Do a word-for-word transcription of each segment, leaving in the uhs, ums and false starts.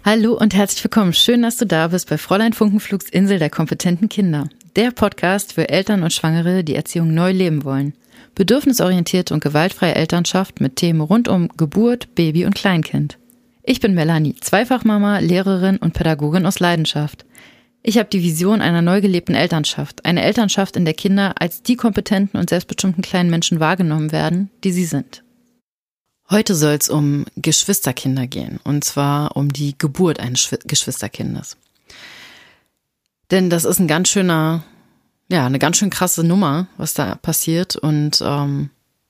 Hallo und herzlich willkommen. Schön, dass du da bist bei Fräulein Funkenflugs Insel der kompetenten Kinder. Der Podcast für Eltern und Schwangere, die Erziehung neu leben wollen. Bedürfnisorientierte und gewaltfreie Elternschaft mit Themen rund um Geburt, Baby und Kleinkind. Ich bin Melanie, Zweifachmama, Lehrerin und Pädagogin aus Leidenschaft. Ich habe die Vision einer neu gelebten Elternschaft. Eine Elternschaft, in der Kinder als die kompetenten und selbstbestimmten kleinen Menschen wahrgenommen werden, die sie sind. Heute soll es um Geschwisterkinder gehen, und zwar um die Geburt eines Geschwisterkindes. Denn das ist ein ganz schöner, ja, eine ganz schön krasse Nummer, was da passiert, und ähm,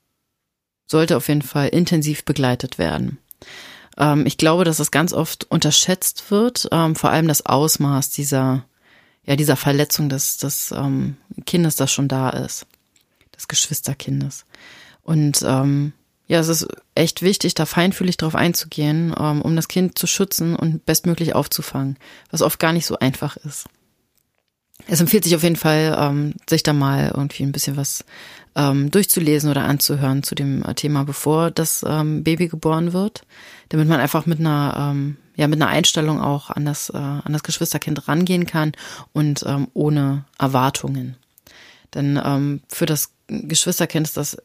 sollte auf jeden Fall intensiv begleitet werden. Ähm, ich glaube, dass es ganz oft unterschätzt wird, ähm, vor allem das Ausmaß dieser, ja, dieser Verletzung des, des ähm, Kindes, das schon da ist, des Geschwisterkindes. Und ähm, ja, es ist echt wichtig, da feinfühlig drauf einzugehen, um, um das Kind zu schützen und bestmöglich aufzufangen, was oft gar nicht so einfach ist. Es empfiehlt sich auf jeden Fall, ähm, sich da mal irgendwie ein bisschen was ähm, durchzulesen oder anzuhören zu dem Thema, bevor das ähm, Baby geboren wird, damit man einfach mit einer, ähm, ja, mit einer Einstellung auch an das, äh, an das Geschwisterkind rangehen kann und ähm, ohne Erwartungen. Denn ähm, für das Geschwisterkind ist das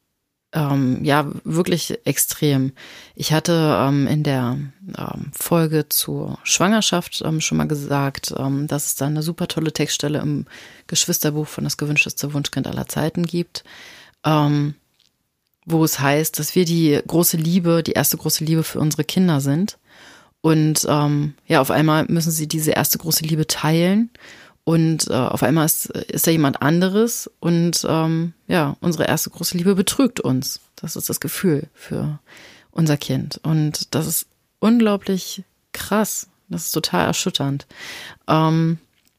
Ähm, ja, wirklich extrem. Ich hatte ähm, in der ähm, Folge zur Schwangerschaft ähm, schon mal gesagt, ähm, dass es da eine super tolle Textstelle im Geschwisterbuch von Das gewünschteste Wunschkind aller Zeiten gibt, ähm, wo es heißt, dass wir die große Liebe, die erste große Liebe für unsere Kinder sind. Und ähm, ja, auf einmal müssen sie diese erste große Liebe teilen. Und äh, auf einmal ist, ist da jemand anderes und ähm, ja, unsere erste große Liebe betrügt uns. Das ist das Gefühl für unser Kind. Und das ist unglaublich krass. Das ist total erschütternd. Ähm,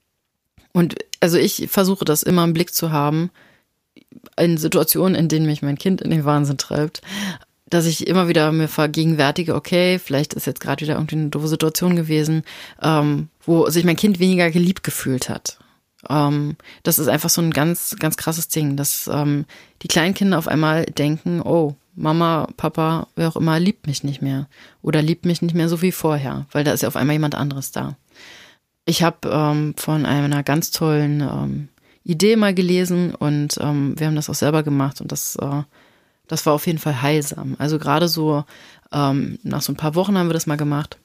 und also ich versuche das immer im Blick zu haben, in Situationen, in denen mich mein Kind in den Wahnsinn treibt, dass ich immer wieder mir vergegenwärtige, okay, vielleicht ist jetzt gerade wieder irgendwie eine doofe Situation gewesen, ähm, wo sich mein Kind weniger geliebt gefühlt hat. Ähm, das ist einfach so ein ganz, ganz krasses Ding, dass ähm, die kleinen Kinder auf einmal denken, oh, Mama, Papa, wer auch immer, liebt mich nicht mehr oder liebt mich nicht mehr so wie vorher, weil da ist ja auf einmal jemand anderes da. Ich habe ähm, von einer ganz tollen ähm, Idee mal gelesen und ähm, wir haben das auch selber gemacht und das äh, Das war auf jeden Fall heilsam. Also gerade so ähm, nach so ein paar Wochen haben wir das mal gemacht.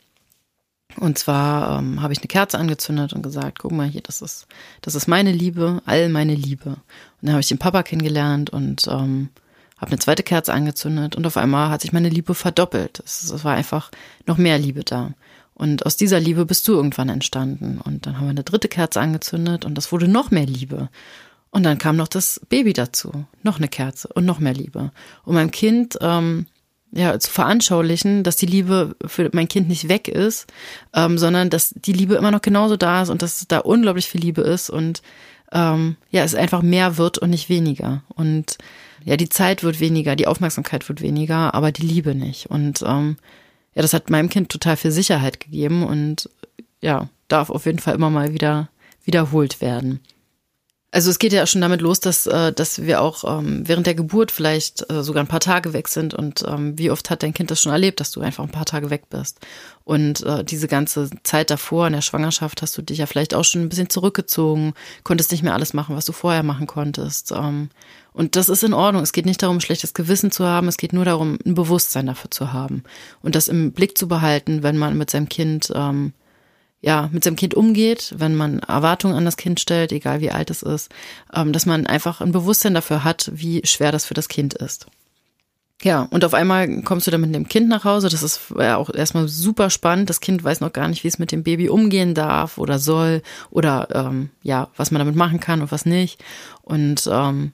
Und zwar ähm, habe ich eine Kerze angezündet und gesagt, guck mal hier, das ist, das ist meine Liebe, all meine Liebe. Und dann habe ich den Papa kennengelernt und ähm, habe eine zweite Kerze angezündet und auf einmal hat sich meine Liebe verdoppelt. Es, es war einfach noch mehr Liebe da. Und aus dieser Liebe bist du irgendwann entstanden. Und dann haben wir eine dritte Kerze angezündet und das wurde noch mehr Liebe. Und dann kam noch das Baby dazu, noch eine Kerze und noch mehr Liebe. Um meinem Kind ähm, ja, zu veranschaulichen, dass die Liebe für mein Kind nicht weg ist, ähm, sondern dass die Liebe immer noch genauso da ist und dass da unglaublich viel Liebe ist und ähm, ja, es einfach mehr wird und nicht weniger. Und ja, die Zeit wird weniger, die Aufmerksamkeit wird weniger, aber die Liebe nicht. Und ähm, ja, das hat meinem Kind total viel Sicherheit gegeben und ja, darf auf jeden Fall immer mal wieder wiederholt werden. Also es geht ja schon damit los, dass, äh, dass wir auch ähm, während der Geburt vielleicht äh, sogar ein paar Tage weg sind und ähm, wie oft hat dein Kind das schon erlebt, dass du einfach ein paar Tage weg bist. Und äh, diese ganze Zeit davor in der Schwangerschaft hast du dich ja vielleicht auch schon ein bisschen zurückgezogen, konntest nicht mehr alles machen, was du vorher machen konntest. Ähm, und das ist in Ordnung. Es geht nicht darum, ein schlechtes Gewissen zu haben, es geht nur darum, ein Bewusstsein dafür zu haben und das im Blick zu behalten, wenn man mit seinem Kind ähm, ja, mit seinem Kind umgeht, wenn man Erwartungen an das Kind stellt, egal wie alt es ist, ähm, dass man einfach ein Bewusstsein dafür hat, wie schwer das für das Kind ist. Ja, und auf einmal kommst du dann mit dem Kind nach Hause, das ist ja auch erstmal super spannend, das Kind weiß noch gar nicht, wie es mit dem Baby umgehen darf oder soll oder ähm, ja, was man damit machen kann und was nicht und ähm,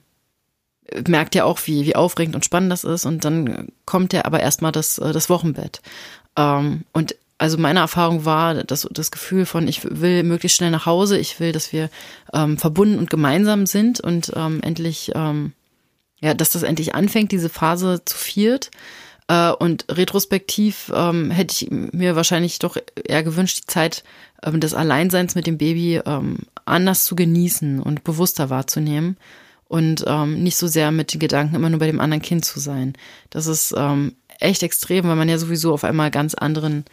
merkt ja auch, wie, wie aufregend und spannend das ist und dann kommt ja aber erstmal das, das Wochenbett ähm, und Also meine Erfahrung war das, das Gefühl von, ich will möglichst schnell nach Hause, ich will, dass wir ähm, verbunden und gemeinsam sind und ähm, endlich, ähm, ja, dass das endlich anfängt, diese Phase zu viert. Äh, und retrospektiv ähm, hätte ich mir wahrscheinlich doch eher gewünscht, die Zeit ähm, des Alleinseins mit dem Baby ähm, anders zu genießen und bewusster wahrzunehmen und ähm, nicht so sehr mit den Gedanken immer nur bei dem anderen Kind zu sein. Das ist ähm, echt extrem, weil man ja sowieso auf einmal ganz anderen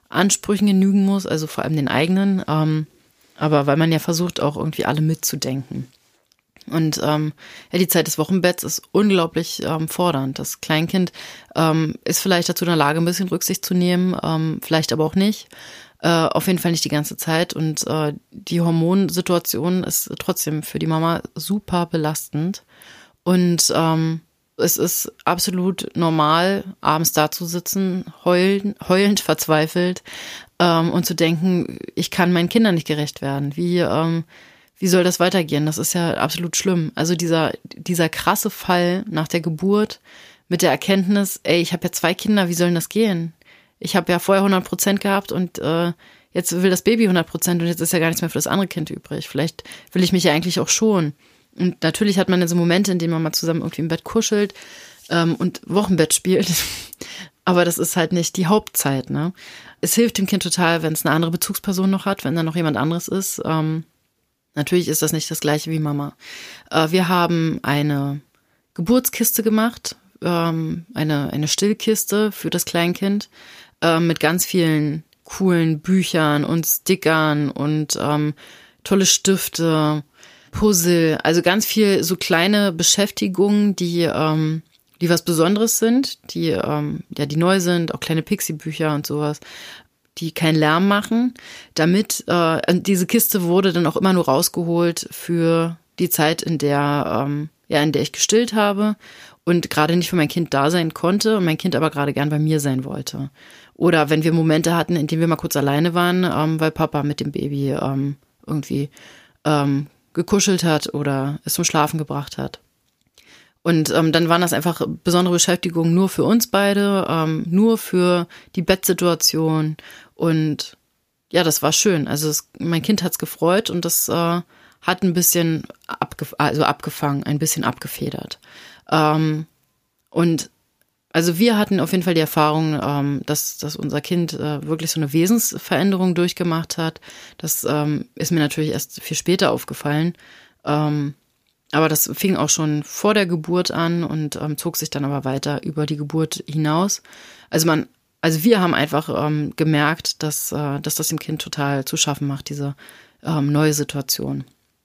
Ansprüchen genügen muss, also vor allem den eigenen, ähm, aber weil man ja versucht, auch irgendwie alle mitzudenken. Und ähm, ja, die Zeit des Wochenbetts ist unglaublich ähm, fordernd. Das Kleinkind ähm, ist vielleicht dazu in der Lage, ein bisschen Rücksicht zu nehmen, ähm, vielleicht aber auch nicht. Äh, auf jeden Fall nicht die ganze Zeit. Und äh, die Hormonsituation ist trotzdem für die Mama super belastend. Und ähm, es ist absolut normal, abends da zu sitzen, heulen, heulend, verzweifelt ähm, und zu denken, ich kann meinen Kindern nicht gerecht werden. Wie ähm, Wie soll das weitergehen? Das ist ja absolut schlimm. Also dieser dieser krasse Fall nach der Geburt mit der Erkenntnis, ey, ich habe ja zwei Kinder, wie soll denn das gehen? Ich habe ja vorher hundert Prozent gehabt und äh, jetzt will das Baby hundert Prozent und jetzt ist ja gar nichts mehr für das andere Kind übrig. Vielleicht will ich mich ja eigentlich auch schonen. Und natürlich hat man dann so Momente, in denen man mal zusammen irgendwie im Bett kuschelt ähm, und Wochenbett spielt. Aber das ist halt nicht die Hauptzeit, ne? Es hilft dem Kind total, wenn es eine andere Bezugsperson noch hat, wenn da noch jemand anderes ist. Ähm, Natürlich ist das nicht das gleiche wie Mama. Äh, wir haben eine Geburtskiste gemacht, ähm, eine, eine Stillkiste für das Kleinkind äh, mit ganz vielen coolen Büchern und Stickern und ähm, tolle Stifte, Puzzle, also ganz viel so kleine Beschäftigungen, die ähm, die was Besonderes sind, die ähm, ja die neu sind, auch kleine Pixie-Bücher und sowas, die keinen Lärm machen, damit äh, diese Kiste wurde dann auch immer nur rausgeholt für die Zeit, in der ähm, ja in der ich gestillt habe und gerade nicht für mein Kind da sein konnte und mein Kind aber gerade gern bei mir sein wollte. Oder wenn wir Momente hatten, in denen wir mal kurz alleine waren, ähm, weil Papa mit dem Baby ähm, irgendwie ähm, gekuschelt hat oder es zum Schlafen gebracht hat. Und ähm, dann waren das einfach besondere Beschäftigungen nur für uns beide, ähm, nur für die Bettsituation. Und ja, das war schön. Also es, mein Kind hat's gefreut und das äh, hat ein bisschen abgef- also abgefangen, ein bisschen abgefedert. Ähm, und also wir hatten auf jeden Fall die Erfahrung, ähm, dass, dass unser Kind äh, wirklich so eine Wesensveränderung durchgemacht hat. Das ähm, ist mir natürlich erst viel später aufgefallen. Ähm, aber das fing auch schon vor der Geburt an und ähm, zog sich dann aber weiter über die Geburt hinaus. Also man, also wir haben einfach ähm, gemerkt, dass, äh, dass das dem Kind total zu schaffen macht, diese ähm, neue Situation.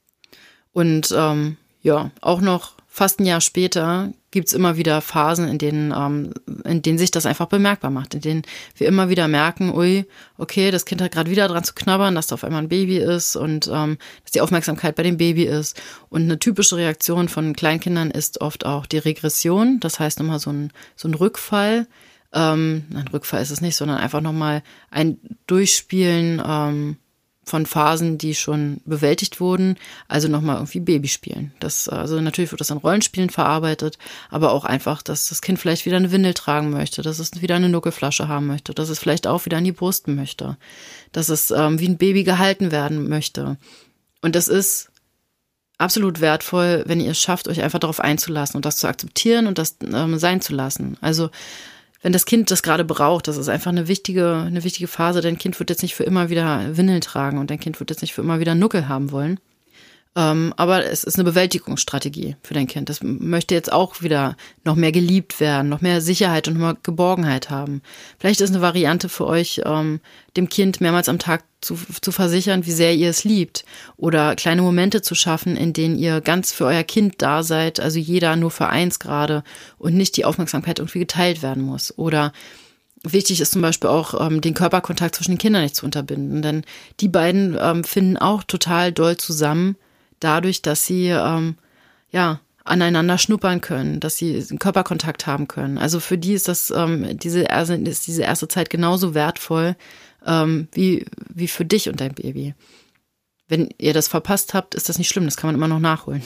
Und ähm, ja, auch noch fast ein Jahr später gibt's immer wieder Phasen, in denen, ähm, in denen sich das einfach bemerkbar macht, in denen wir immer wieder merken, ui, okay, das Kind hat gerade wieder dran zu knabbern, dass da auf einmal ein Baby ist und ähm, dass die Aufmerksamkeit bei dem Baby ist. Und eine typische Reaktion von Kleinkindern ist oft auch die Regression, das heißt nochmal so ein, so ein Rückfall. Ähm, ein Rückfall ist es nicht, sondern einfach nochmal ein Durchspielen ähm, von Phasen, die schon bewältigt wurden, also nochmal irgendwie Babyspielen. Das, also natürlich wird das in Rollenspielen verarbeitet, aber auch einfach, dass das Kind vielleicht wieder eine Windel tragen möchte, dass es wieder eine Nuckelflasche haben möchte, dass es vielleicht auch wieder an die Brust möchte, dass es ähm, wie ein Baby gehalten werden möchte. Und das ist absolut wertvoll, wenn ihr es schafft, euch einfach darauf einzulassen und das zu akzeptieren und das ähm, sein zu lassen. Also wenn das Kind das gerade braucht, das ist einfach eine wichtige, eine wichtige Phase. Dein Kind wird jetzt nicht für immer wieder Windeln tragen und dein Kind wird jetzt nicht für immer wieder Nuckel haben wollen. Ähm, aber es ist eine Bewältigungsstrategie für dein Kind. Das möchte jetzt auch wieder noch mehr geliebt werden, noch mehr Sicherheit und noch mehr Geborgenheit haben. Vielleicht ist eine Variante für euch, ähm, dem Kind mehrmals am Tag zu, zu versichern, wie sehr ihr es liebt. Oder kleine Momente zu schaffen, in denen ihr ganz für euer Kind da seid, also jeder nur für eins gerade und nicht die Aufmerksamkeit irgendwie geteilt werden muss. Oder wichtig ist zum Beispiel auch, ähm, den Körperkontakt zwischen den Kindern nicht zu unterbinden. Denn die beiden ähm, finden auch total doll zusammen, dadurch, dass sie ähm, ja aneinander schnuppern können, dass sie einen Körperkontakt haben können. Also für die ist das ähm, diese erste, ist diese erste Zeit genauso wertvoll ähm, wie wie für dich und dein Baby. Wenn ihr das verpasst habt, ist das nicht schlimm. Das kann man immer noch nachholen.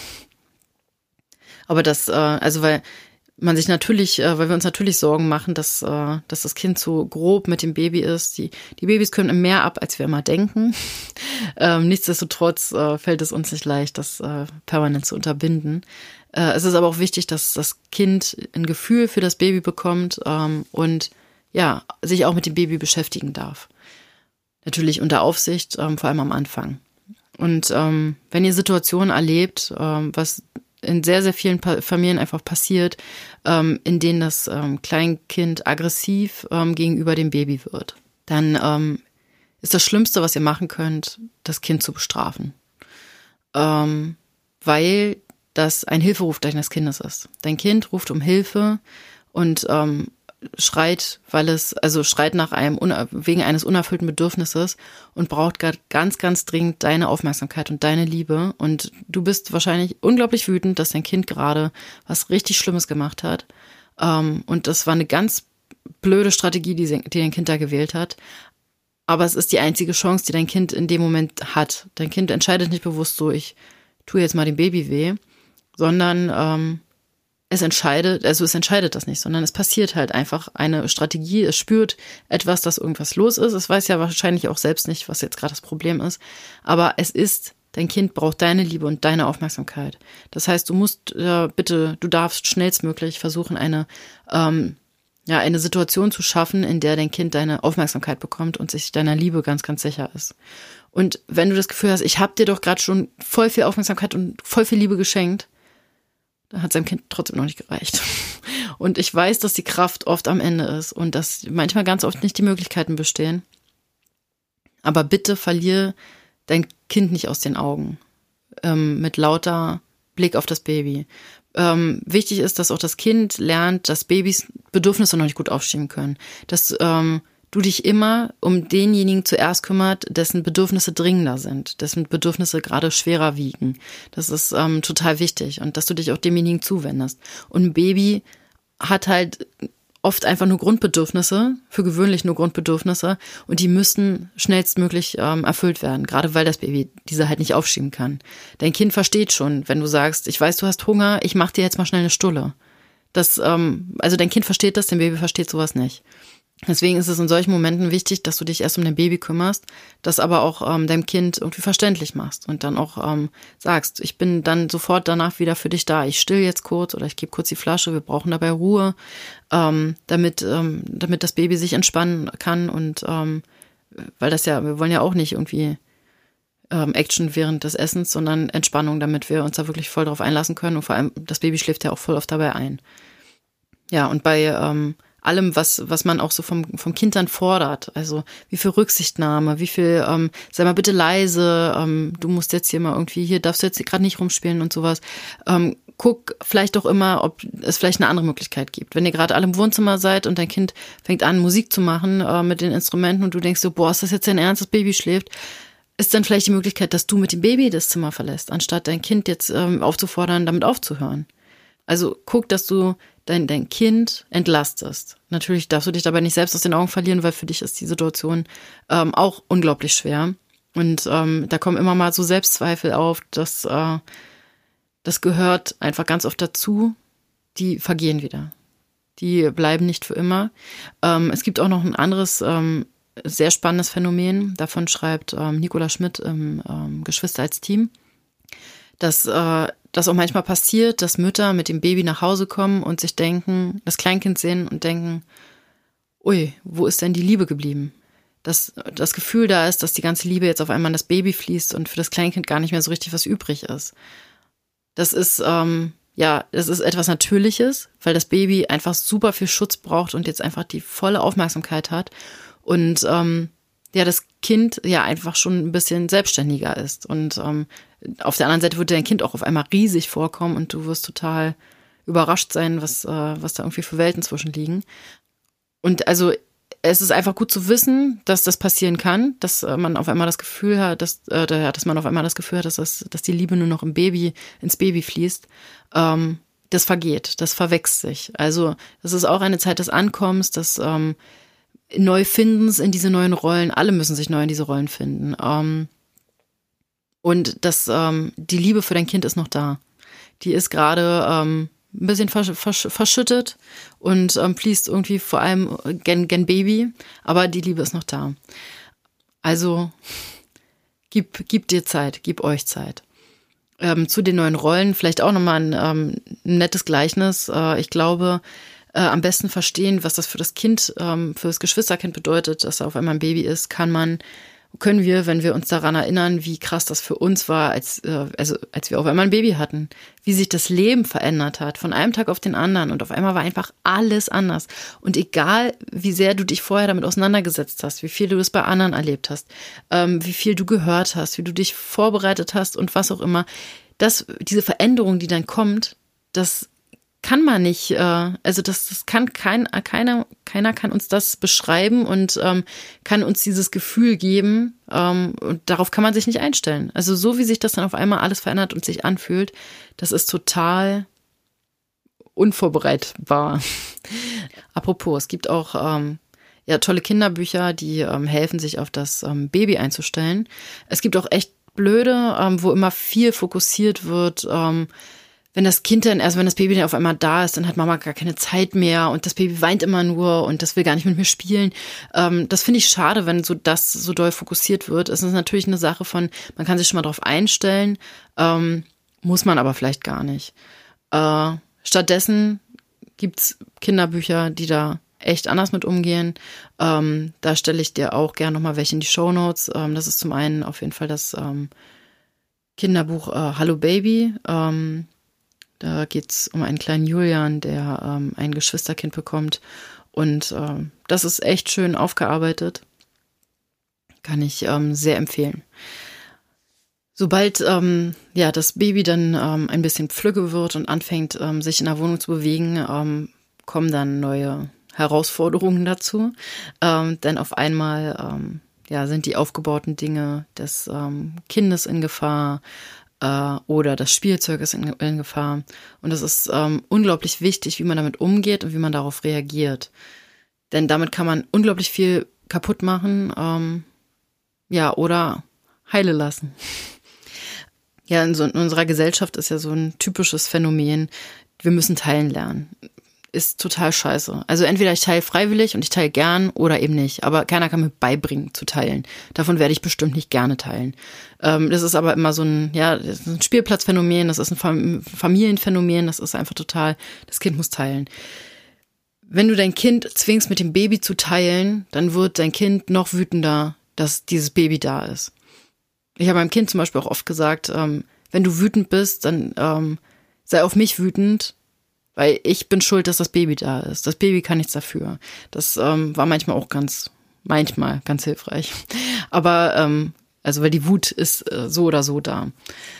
Aber das äh, also weil man sich natürlich, äh, weil wir uns natürlich Sorgen machen, dass äh, dass das Kind so grob mit dem Baby ist. Die die Babys können mehr ab, als wir immer denken. ähm, nichtsdestotrotz äh, fällt es uns nicht leicht, das äh, permanent zu unterbinden. Äh, es ist aber auch wichtig, dass das Kind ein Gefühl für das Baby bekommt ähm, und ja sich auch mit dem Baby beschäftigen darf. Natürlich unter Aufsicht, ähm, vor allem am Anfang. Und ähm, wenn ihr Situationen erlebt, ähm, was in sehr, sehr vielen pa- Familien einfach passiert, ähm, in denen das ähm, Kleinkind aggressiv ähm, gegenüber dem Baby wird, dann ähm, ist das Schlimmste, was ihr machen könnt, das Kind zu bestrafen. Ähm, weil das ein Hilferuf deines Kindes ist. Dein Kind ruft um Hilfe und ähm, schreit, weil es, also schreit nach einem, wegen eines unerfüllten Bedürfnisses und braucht gerade ganz, ganz dringend deine Aufmerksamkeit und deine Liebe. Und du bist wahrscheinlich unglaublich wütend, dass dein Kind gerade was richtig Schlimmes gemacht hat. Ähm, und das war eine ganz blöde Strategie, die, die dein Kind da gewählt hat. Aber es ist die einzige Chance, die dein Kind in dem Moment hat. Dein Kind entscheidet nicht bewusst so, ich tue jetzt mal dem Baby weh, sondern ähm, es entscheidet, also es entscheidet das nicht, sondern es passiert halt einfach eine Strategie, es spürt etwas, dass irgendwas los ist. Es weiß ja wahrscheinlich auch selbst nicht, was jetzt gerade das Problem ist. Aber es ist, dein Kind braucht deine Liebe und deine Aufmerksamkeit. Das heißt, du musst äh, bitte, du darfst schnellstmöglich versuchen, eine ähm, ja, eine Situation zu schaffen, in der dein Kind deine Aufmerksamkeit bekommt und sich deiner Liebe ganz, ganz sicher ist. Und wenn du das Gefühl hast, ich habe dir doch gerade schon voll viel Aufmerksamkeit und voll viel Liebe geschenkt, dann hat seinem Kind trotzdem noch nicht gereicht. Und ich weiß, dass die Kraft oft am Ende ist und dass manchmal ganz oft nicht die Möglichkeiten bestehen. Aber bitte verliere dein Kind nicht aus den Augen. Ähm, mit lauter Blick auf das Baby. Ähm, wichtig ist, dass auch das Kind lernt, dass Babys Bedürfnisse noch nicht gut aufschieben können. Dass ähm, du dich immer um denjenigen zuerst kümmert, dessen Bedürfnisse dringender sind, dessen Bedürfnisse gerade schwerer wiegen. Das ist ähm, total wichtig und dass du dich auch demjenigen zuwendest. Und ein Baby hat halt oft einfach nur Grundbedürfnisse, für gewöhnlich nur Grundbedürfnisse und die müssen schnellstmöglich ähm, erfüllt werden, gerade weil das Baby diese halt nicht aufschieben kann. Dein Kind versteht schon, wenn du sagst, ich weiß, du hast Hunger, ich mach dir jetzt mal schnell eine Stulle. Das, ähm, also dein Kind versteht das, dein Baby versteht sowas nicht. Deswegen ist es in solchen Momenten wichtig, dass du dich erst um dein Baby kümmerst, das aber auch ähm, deinem Kind irgendwie verständlich machst und dann auch ähm, sagst, ich bin dann sofort danach wieder für dich da. Ich still jetzt kurz oder ich gebe kurz die Flasche, wir brauchen dabei Ruhe, ähm, damit ähm, damit das Baby sich entspannen kann und ähm, weil das ja, wir wollen ja auch nicht irgendwie ähm, Action während des Essens, sondern Entspannung, damit wir uns da wirklich voll drauf einlassen können und vor allem das Baby schläft ja auch voll oft dabei ein. Ja, und bei ähm, allem, was was man auch so vom vom Kind dann fordert. Also wie viel Rücksichtnahme, wie viel, ähm, sei mal bitte leise, ähm, du musst jetzt hier mal irgendwie, hier darfst du jetzt gerade nicht rumspielen und sowas. Ähm, guck vielleicht doch immer, ob es vielleicht eine andere Möglichkeit gibt. Wenn ihr gerade alle im Wohnzimmer seid und dein Kind fängt an, Musik zu machen äh, mit den Instrumenten und du denkst so, boah, ist das jetzt dein Ernst, das Baby schläft, ist dann vielleicht die Möglichkeit, dass du mit dem Baby das Zimmer verlässt, anstatt dein Kind jetzt ähm, aufzufordern, damit aufzuhören. Also guck, dass du dein, dein Kind entlastest. Natürlich darfst du dich dabei nicht selbst aus den Augen verlieren, weil für dich ist die Situation ähm, auch unglaublich schwer. Und ähm, da kommen immer mal so Selbstzweifel auf, dass äh, das gehört einfach ganz oft dazu. Die vergehen wieder. Die bleiben nicht für immer. Ähm, es gibt auch noch ein anderes ähm, sehr spannendes Phänomen. Davon schreibt ähm, Nicola Schmidt im ähm, Geschwister als Team, dass äh, das auch manchmal passiert, dass Mütter mit dem Baby nach Hause kommen und sich denken, das Kleinkind sehen und denken, ui, wo ist denn die Liebe geblieben? Dass das Gefühl da ist, dass die ganze Liebe jetzt auf einmal in das Baby fließt und für das Kleinkind gar nicht mehr so richtig was übrig ist. Das ist, ähm, ja, das ist etwas Natürliches, weil das Baby einfach super viel Schutz braucht und jetzt einfach die volle Aufmerksamkeit hat und ähm, ja, das Kind ja einfach schon ein bisschen selbstständiger ist. Und ähm, auf der anderen Seite wird dein Kind auch auf einmal riesig vorkommen und du wirst total überrascht sein, was, äh, was da irgendwie für Welten zwischen liegen. Und also es ist einfach gut zu wissen, dass das passieren kann, dass äh, man auf einmal das Gefühl hat, dass, äh, dass man auf einmal das Gefühl hat, dass, das, dass die Liebe nur noch im Baby, ins Baby fließt. Ähm, das vergeht, das verwächst sich. Also das ist auch eine Zeit des Ankommens, des ähm, Neufindens in diese neuen Rollen. Alle müssen sich neu in diese Rollen finden. Ähm, und das, ähm, die Liebe für dein Kind ist noch da. Die ist gerade ähm, ein bisschen versch- versch- verschüttet und ähm, fließt irgendwie vor allem gen, gen Baby, aber die Liebe ist noch da. Also gib, gib dir Zeit, gib euch Zeit. Ähm, zu den neuen Rollen vielleicht auch nochmal ein, ähm, ein nettes Gleichnis. Äh, ich glaube, äh, am besten verstehen, was das für das Kind, ähm, für das Geschwisterkind bedeutet, dass er auf einmal ein Baby ist, kann man können wir, wenn wir uns daran erinnern, wie krass das für uns war, als, äh, also als wir auf einmal ein Baby hatten, wie sich das Leben verändert hat, von einem Tag auf den anderen und auf einmal war einfach alles anders. Und egal, wie sehr du dich vorher damit auseinandergesetzt hast, wie viel du das bei anderen erlebt hast, ähm, wie viel du gehört hast, wie du dich vorbereitet hast und was auch immer, das, diese Veränderung, die dann kommt, das kann man nicht, äh, also das, das kann kein, keiner, keiner kann uns das beschreiben und ähm, kann uns dieses Gefühl geben ähm, und darauf kann man sich nicht einstellen. Also so wie sich das dann auf einmal alles verändert und sich anfühlt, das ist total unvorbereitbar. Apropos, es gibt auch ähm, ja tolle Kinderbücher, die ähm, helfen, sich auf das ähm, Baby einzustellen. Es gibt auch echt blöde, ähm, wo immer viel fokussiert wird, ähm, wenn das Kind dann, also wenn das Baby dann auf einmal da ist, dann hat Mama gar keine Zeit mehr und das Baby weint immer nur und das will gar nicht mit mir spielen. Ähm, das finde ich schade, wenn so das so doll fokussiert wird. Es ist natürlich eine Sache von, man kann sich schon mal drauf einstellen, ähm, muss man aber vielleicht gar nicht. Äh, stattdessen gibt's Kinderbücher, die da echt anders mit umgehen. Ähm, da stelle ich dir auch gerne nochmal welche in die Shownotes. Ähm, das ist zum einen auf jeden Fall das ähm, Kinderbuch äh, Hallo Baby. Ähm, Da geht's um einen kleinen Julian, der ähm, ein Geschwisterkind bekommt. Und ähm, das ist echt schön aufgearbeitet. Kann ich ähm, sehr empfehlen. Sobald ähm, ja, das Baby dann ähm, ein bisschen pflügge wird und anfängt, ähm, sich in der Wohnung zu bewegen, ähm, kommen dann neue Herausforderungen dazu. Ähm, denn auf einmal ähm, ja, sind die aufgebauten Dinge des ähm, Kindes in Gefahr. Oder das Spielzeug ist in, in Gefahr. Und es ist ähm, unglaublich wichtig, wie man damit umgeht und wie man darauf reagiert. Denn damit kann man unglaublich viel kaputt machen, ähm, ja, oder heile lassen. Ja, in, so, in unserer Gesellschaft ist ja so ein typisches Phänomen, wir müssen teilen lernen. Ist total scheiße. Also entweder ich teile freiwillig und ich teile gern oder eben nicht. Aber keiner kann mir beibringen zu teilen. Davon werde ich bestimmt nicht gerne teilen. Ähm, das ist aber immer so ein, ja, das ist ein Spielplatzphänomen, das ist ein Familienphänomen, das ist einfach total, das Kind muss teilen. Wenn du dein Kind zwingst, mit dem Baby zu teilen, dann wird dein Kind noch wütender, dass dieses Baby da ist. Ich habe meinem Kind zum Beispiel auch oft gesagt, ähm, wenn du wütend bist, dann ähm, sei auf mich wütend, weil ich bin schuld, dass das Baby da ist. Das Baby kann nichts dafür. Das ähm, war manchmal auch ganz, manchmal ganz hilfreich. Aber, ähm, also weil die Wut ist äh, so oder so da.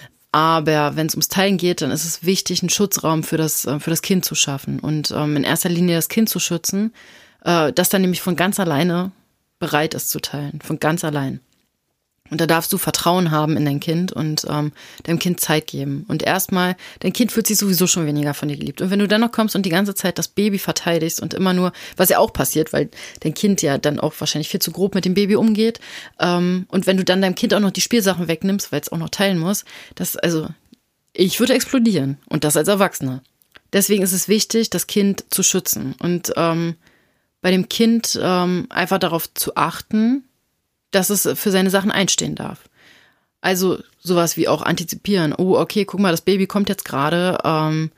Aber wenn es ums Teilen geht, dann ist es wichtig, einen Schutzraum für das, äh, für das Kind zu schaffen. Und ähm, in erster Linie das Kind zu schützen, äh, das dann nämlich von ganz alleine bereit ist zu teilen. Von ganz allein. Und da darfst du Vertrauen haben in dein Kind und ähm, deinem Kind Zeit geben. Und erstmal, dein Kind fühlt sich sowieso schon weniger von dir geliebt. Und wenn du dann noch kommst und die ganze Zeit das Baby verteidigst und immer nur, was ja auch passiert, weil dein Kind ja dann auch wahrscheinlich viel zu grob mit dem Baby umgeht. Ähm, und wenn du dann deinem Kind auch noch die Spielsachen wegnimmst, weil es auch noch teilen muss, das, also, ich würde explodieren. Und das als Erwachsene. Deswegen ist es wichtig, das Kind zu schützen. Und ähm, bei dem Kind ähm, einfach darauf zu achten, dass es für seine Sachen einstehen darf. Also sowas wie auch antizipieren. Oh, okay, guck mal, das Baby kommt jetzt gerade. Ähm,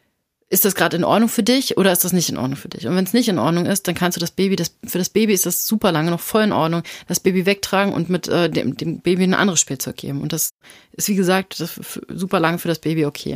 ist das gerade in Ordnung für dich oder ist das nicht in Ordnung für dich? Und wenn es nicht in Ordnung ist, dann kannst du das Baby, das, für das Baby ist das super lange noch voll in Ordnung, das Baby wegtragen und mit äh, dem, dem Baby ein anderes Spielzeug geben. Und das ist, wie gesagt, das super lange für das Baby okay.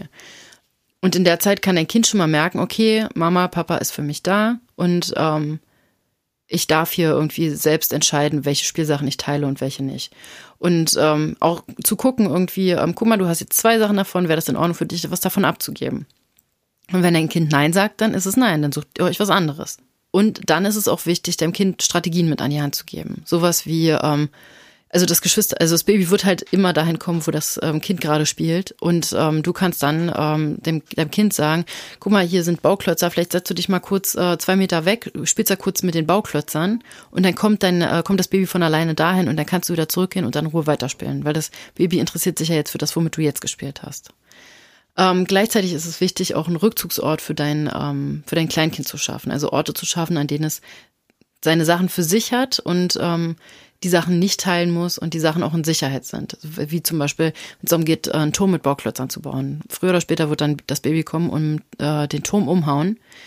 Und in der Zeit kann dein Kind schon mal merken, okay, Mama, Papa ist für mich da und ähm, ich darf hier irgendwie selbst entscheiden, welche Spielsachen ich teile und welche nicht. Und ähm, auch zu gucken irgendwie, ähm, guck mal, du hast jetzt zwei Sachen davon, wäre das in Ordnung für dich, was davon abzugeben? Und wenn dein Kind Nein sagt, dann ist es Nein, dann sucht ihr euch was anderes. Und dann ist es auch wichtig, deinem Kind Strategien mit an die Hand zu geben. Sowas wie, ähm, also das Geschwister, also das Baby wird halt immer dahin kommen, wo das ähm, Kind gerade spielt. Und ähm, du kannst dann ähm, dem, dem Kind sagen, guck mal, hier sind Bauklötzer, vielleicht setzt du dich mal kurz äh, zwei Meter weg, spielst da kurz mit den Bauklötzern und dann kommt dann äh, kommt das Baby von alleine dahin und dann kannst du wieder zurückgehen und dann in Ruhe weiterspielen, weil das Baby interessiert sich ja jetzt für das, womit du jetzt gespielt hast. Ähm, gleichzeitig ist es wichtig, auch einen Rückzugsort für dein, ähm, für dein Kleinkind zu schaffen, also Orte zu schaffen, an denen es seine Sachen für sich hat und ähm, die Sachen nicht teilen muss und die Sachen auch in Sicherheit sind. Wie zum Beispiel, wenn es darum geht, einen Turm mit Bauklötzern zu bauen. Früher oder später wird dann das Baby kommen und äh, den Turm umhauen.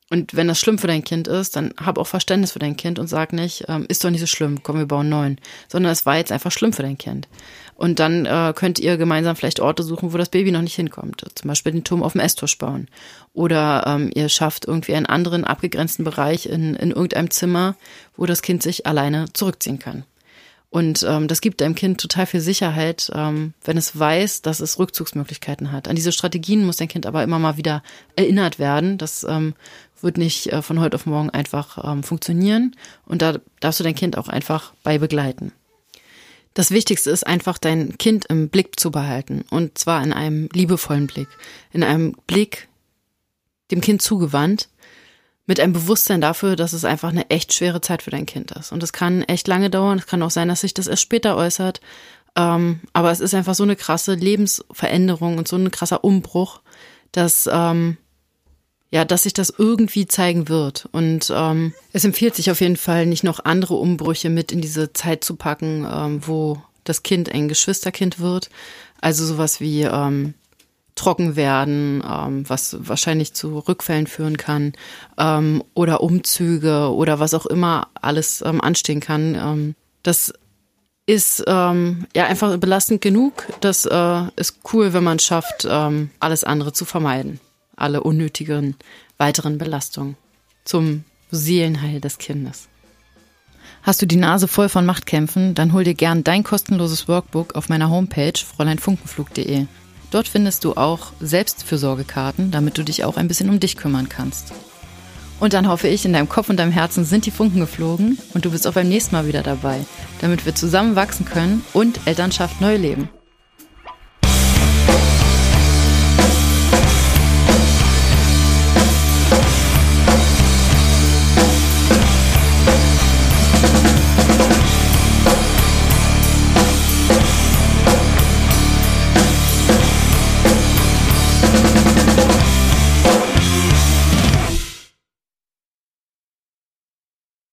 Und wenn das schlimm für dein Kind ist, dann hab auch Verständnis für dein Kind und sag nicht, ähm, ist doch nicht so schlimm, komm, wir bauen einen neuen. Sondern es war jetzt einfach schlimm für dein Kind. Und dann äh, könnt ihr gemeinsam vielleicht Orte suchen, wo das Baby noch nicht hinkommt. Zum Beispiel den Turm auf dem Esstisch bauen. Oder ähm, ihr schafft irgendwie einen anderen abgegrenzten Bereich in, in irgendeinem Zimmer, wo das Kind sich alleine zurückziehen kann. Und ähm, das gibt deinem Kind total viel Sicherheit, ähm, wenn es weiß, dass es Rückzugsmöglichkeiten hat. An diese Strategien muss dein Kind aber immer mal wieder erinnert werden. Das ähm, wird nicht äh, von heute auf morgen einfach ähm, funktionieren. Und da darfst du dein Kind auch einfach bei begleiten. Das Wichtigste ist einfach, dein Kind im Blick zu behalten. Und zwar in einem liebevollen Blick. In einem Blick dem Kind zugewandt. Mit einem Bewusstsein dafür, dass es einfach eine echt schwere Zeit für dein Kind ist. Und es kann echt lange dauern. Es kann auch sein, dass sich das erst später äußert. Ähm, aber es ist einfach so eine krasse Lebensveränderung und so ein krasser Umbruch, dass, ähm, ja, dass sich das irgendwie zeigen wird. Und ähm, es empfiehlt sich auf jeden Fall, nicht noch andere Umbrüche mit in diese Zeit zu packen, ähm, wo das Kind ein Geschwisterkind wird. Also sowas wie ähm, trocken werden, ähm, was wahrscheinlich zu Rückfällen führen kann, ähm, oder Umzüge oder was auch immer alles ähm, anstehen kann. Ähm, das ist ähm, ja einfach belastend genug. Das äh, ist cool, wenn man es schafft, ähm, alles andere zu vermeiden. Alle unnötigen weiteren Belastungen zum Seelenheil des Kindes. Hast du die Nase voll von Machtkämpfen, dann hol dir gern dein kostenloses Workbook auf meiner Homepage fräulein funkenflug punkt de. Dort findest du auch Selbstfürsorgekarten, damit du dich auch ein bisschen um dich kümmern kannst. Und dann hoffe ich, in deinem Kopf und deinem Herzen sind die Funken geflogen und du bist auch beim nächsten Mal wieder dabei, damit wir zusammen wachsen können und Elternschaft neu leben.